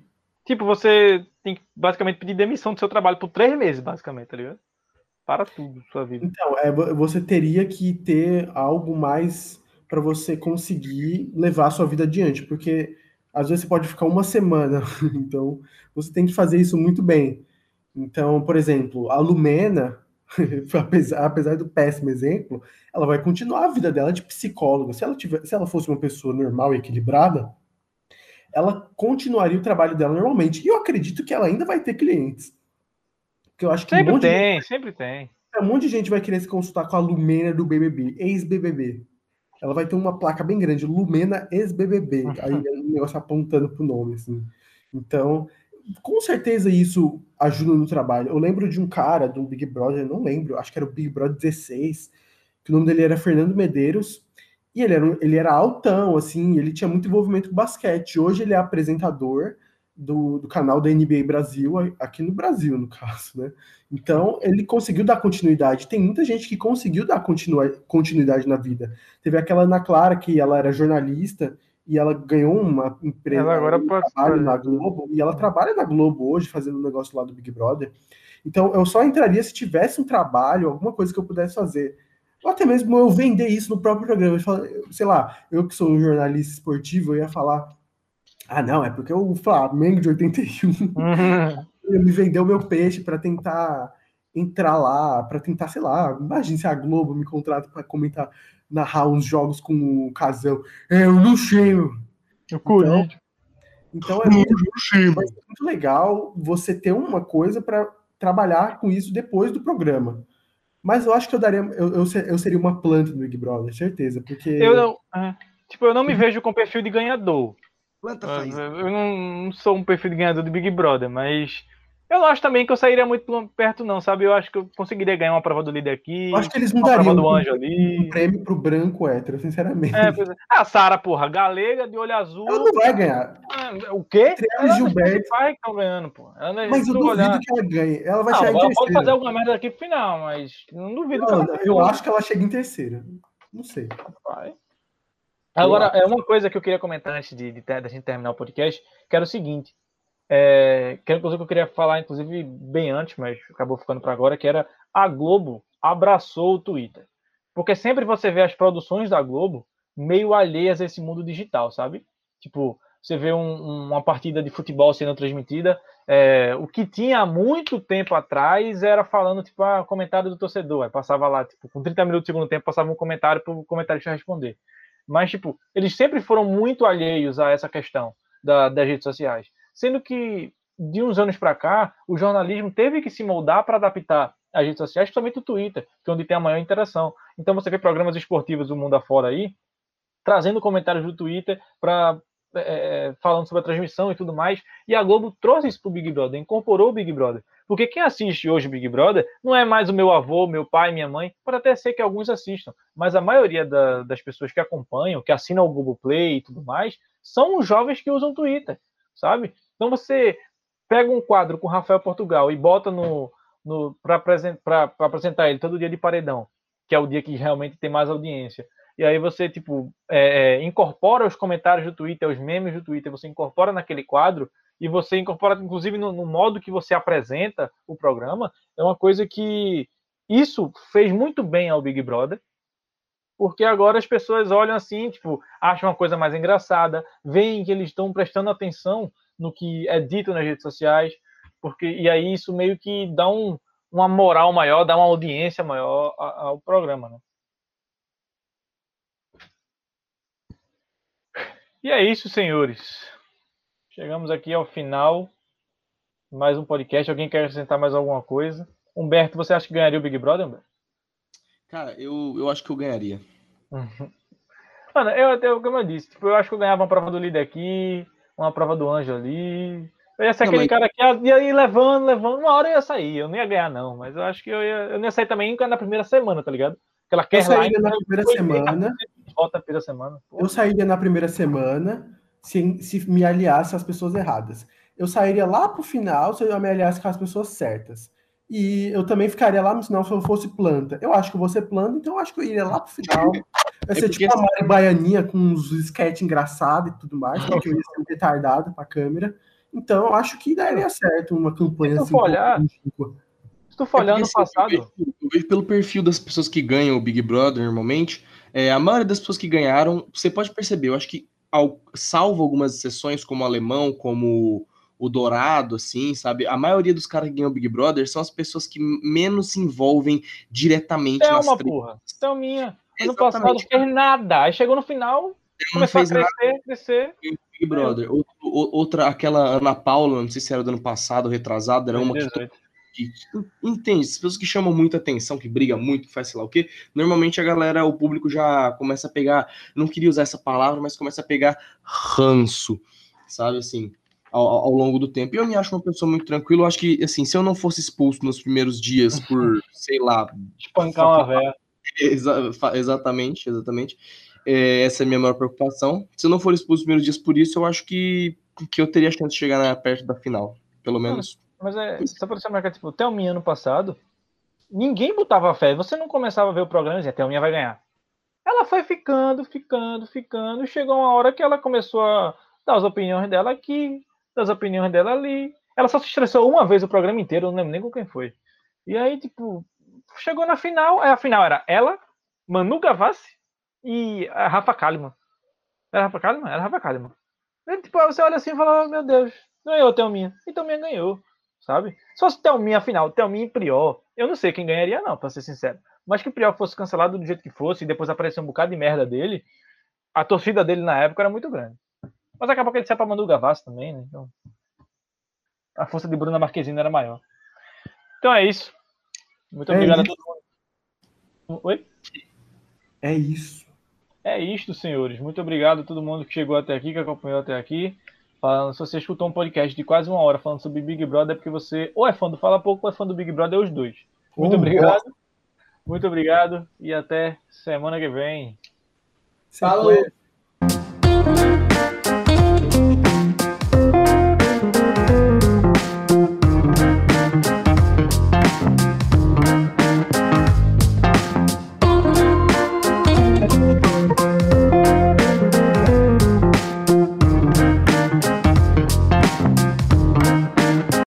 Tipo, você tem que basicamente pedir demissão do seu trabalho por 3 meses, basicamente, tá ligado? Para tudo, sua vida. Então, você teria que ter algo mais para você conseguir levar a sua vida adiante, porque às vezes você pode ficar uma semana, então você tem que fazer isso muito bem. Então, por exemplo, a Lumena, apesar do péssimo exemplo, ela vai continuar a vida dela de psicóloga. Se ela fosse uma pessoa normal e equilibrada, ela continuaria o trabalho dela normalmente. E eu acredito que ela ainda vai ter clientes. Porque eu acho que Sempre tem, sempre tem. um monte de gente vai querer se consultar com a Lumena do BBB, ex-BBB. Ela vai ter uma placa bem grande, Lumena ex-BBB. Aí é um negócio apontando pro nome, assim. Então, com certeza isso ajuda no trabalho. Eu lembro de um cara, de um Big Brother, não lembro, acho que era o Big Brother 16, que o nome dele era Fernando Medeiros, e ele era altão, assim, ele tinha muito envolvimento com basquete. Hoje ele é apresentador do canal da NBA Brasil, aqui no Brasil, no caso, né? Então, ele conseguiu dar continuidade. Tem muita gente que conseguiu dar continuidade na vida. Teve aquela Ana Clara, que ela era jornalista, e ela ganhou uma empresa, Ela agora um pode trabalho na fazer. Globo, e ela trabalha na Globo hoje, fazendo um negócio lá do Big Brother. Então, eu só entraria se tivesse um trabalho, alguma coisa que eu pudesse fazer. Ou até mesmo eu vender isso no próprio programa. Sei lá, eu que sou um jornalista esportivo, eu ia falar, ah, não, é porque o Flamengo de 81 me vendeu meu peixe para tentar entrar lá, para tentar, sei lá, imagine se a Globo me contrata para comentar, narrar uns jogos com o Casão. Eu não sei, meu. O Corinthians. Então é muito, vai ser muito legal você ter uma coisa para trabalhar com isso depois do programa. Mas eu acho que eu seria uma planta do Big Brother, certeza, porque Eu não me vejo com perfil de ganhador. Planta faz. Eu não sou um perfil de ganhador de Big Brother, mas eu não acho também que eu sairia muito perto, não, sabe? Eu acho que eu conseguiria ganhar uma prova do líder aqui, eu acho que eles não uma prova dariam do anjo ali. um prêmio pro branco hétero, sinceramente. Pois é. A Sara, porra, galega de olho azul. Ela não vai ganhar. O quê? Entre ela e Gilberto. Pai que estão ganhando, porra. Mas eu duvido que ela ganhe. Ela vai chegar em terceira. Pode fazer alguma merda aqui pro final, mas não duvido que ela ganhe. Eu acho que ela chega em terceira. Não sei. Vai. Agora, é uma coisa que eu queria comentar antes da gente terminar o podcast, que era o seguinte. Que era uma coisa que eu queria falar, inclusive, bem antes, mas acabou ficando para agora, que era a Globo abraçou o Twitter. Porque sempre você vê as produções da Globo meio alheias a esse mundo digital, sabe? Tipo, você vê uma partida de futebol sendo transmitida, o que tinha há muito tempo atrás era falando, tipo, comentário do torcedor. Aí passava lá, tipo, com 30 minutos do segundo tempo, passava um comentário para o comentarista responder. Mas, tipo, eles sempre foram muito alheios a essa questão das redes sociais. Sendo que, de uns anos para cá, o jornalismo teve que se moldar para adaptar as redes sociais, principalmente o Twitter, que é onde tem a maior interação. Então você vê programas esportivos do mundo afora aí, trazendo comentários do Twitter falando sobre a transmissão e tudo mais. E a Globo trouxe isso para o Big Brother, incorporou o Big Brother. Porque quem assiste hoje o Big Brother não é mais o meu avô, meu pai, minha mãe, pode até ser que alguns assistam, mas a maioria das pessoas que acompanham, que assinam o Google Play e tudo mais, são os jovens que usam o Twitter, sabe? Então você pega um quadro com Rafael Portugal e bota para apresentar ele todo dia de paredão, que é o dia que realmente tem mais audiência. E aí você, tipo, incorpora os comentários do Twitter, os memes do Twitter, você incorpora naquele quadro e você incorpora, inclusive, no modo que você apresenta o programa. É uma coisa que isso fez muito bem ao Big Brother, porque agora as pessoas olham assim, tipo, acham uma coisa mais engraçada, veem que eles estão prestando atenção no que é dito nas redes sociais, e aí isso meio que dá uma moral maior, dá uma audiência maior ao programa, né? E é isso, senhores. Chegamos aqui ao final de mais um podcast. Alguém quer acrescentar mais alguma coisa? Humberto, você acha que ganharia o Big Brother, Humberto? Cara, eu acho que eu ganharia. Mano, como eu disse, tipo, eu acho que eu ganhava uma prova do líder aqui, uma prova do anjo ali. Eu ia ser aquele cara que ia ir levando, uma hora eu ia sair. Eu não ia ganhar, não, mas eu acho que eu não ia sair também na primeira semana, tá ligado? Ela quer eu sairia na primeira semana. Volta na primeira semana. Eu sairia na primeira semana se me aliasse às pessoas erradas. Eu sairia lá pro final se eu me aliasse com as pessoas certas. E eu também ficaria lá no final se eu fosse planta. Eu acho que eu vou ser planta, então eu acho que eu iria lá pro final. Vai ser tipo a Mari Baianinha com uns sketch engraçados e tudo mais, porque eu ia ser um retardado pra câmera. Então, eu acho que daria certo uma campanha Se tu assim. for olhar, se tu for olhar ano assim, passado... eu vejo pelo perfil das pessoas que ganham o Big Brother, normalmente, a maioria das pessoas que ganharam, você pode perceber, eu acho que, salvo algumas exceções, como o Alemão, como o Dourado, assim, sabe? A maioria dos caras que ganham o Big Brother são as pessoas que menos se envolvem diretamente nas Thelma, tretas. porra. Thelminha. Ano passado Exatamente. fez nada. Aí chegou no final, Não começou a fez nada crescer. com o Big Brother. Outra, aquela Ana Paula, não sei se era do ano passado, retrasado, era uma que 2018. entende, as pessoas que chamam muita atenção, que briga muito, que faz sei lá o quê, normalmente a galera, o público já começa a pegar, não queria usar essa palavra, mas começa a pegar ranço, sabe, assim, ao longo do tempo. E eu me acho uma pessoa muito tranquila, eu acho que, assim, se eu não fosse expulso nos primeiros dias por, sei lá, Espancar uma véia. exatamente, essa é a minha maior preocupação. Se eu não for expulso nos primeiros dias por isso, eu acho que eu teria a chance de chegar perto da final, pelo Mano, menos. mas só pra você marcar, tipo, Thelminha ano passado, ninguém botava fé. Você não começava a ver o programa e dizia, Thelminha vai ganhar. Ela foi ficando, e chegou uma hora que ela começou a dar as opiniões dela aqui, das opiniões dela ali. Ela só se estressou uma vez o programa inteiro, eu não lembro nem com quem foi. E aí, tipo, chegou na final, a final era ela, Manu Gavassi e a Rafa Kalimann. Era Rafa Kalimann? Era Rafa Kalimann. E, tipo, você olha assim e fala, meu Deus, ganhou a Thelminha. E Thelminha ganhou, sabe? Se fosse Thelminha, afinal, Thelminha e Prior, eu não sei quem ganharia não, pra ser sincero. Mas que o Prior fosse cancelado do jeito que fosse e depois apareceu um bocado de merda dele, a torcida dele na época era muito grande. Mas acabou que ele saiu pra Manu Gavassi também, né? Então, a força de Bruna Marquezine era maior. Então é isso. Muito obrigado a todo mundo. Oi? É isso. É isto, senhores. Muito obrigado a todo mundo que chegou até aqui, que acompanhou até aqui. Se você escutou um podcast de quase 1 hora falando sobre Big Brother, é porque você ou é fã do Fala Pouco ou é fã do Big Brother, os dois. Muito obrigado. Muito obrigado e até semana que vem. Falou!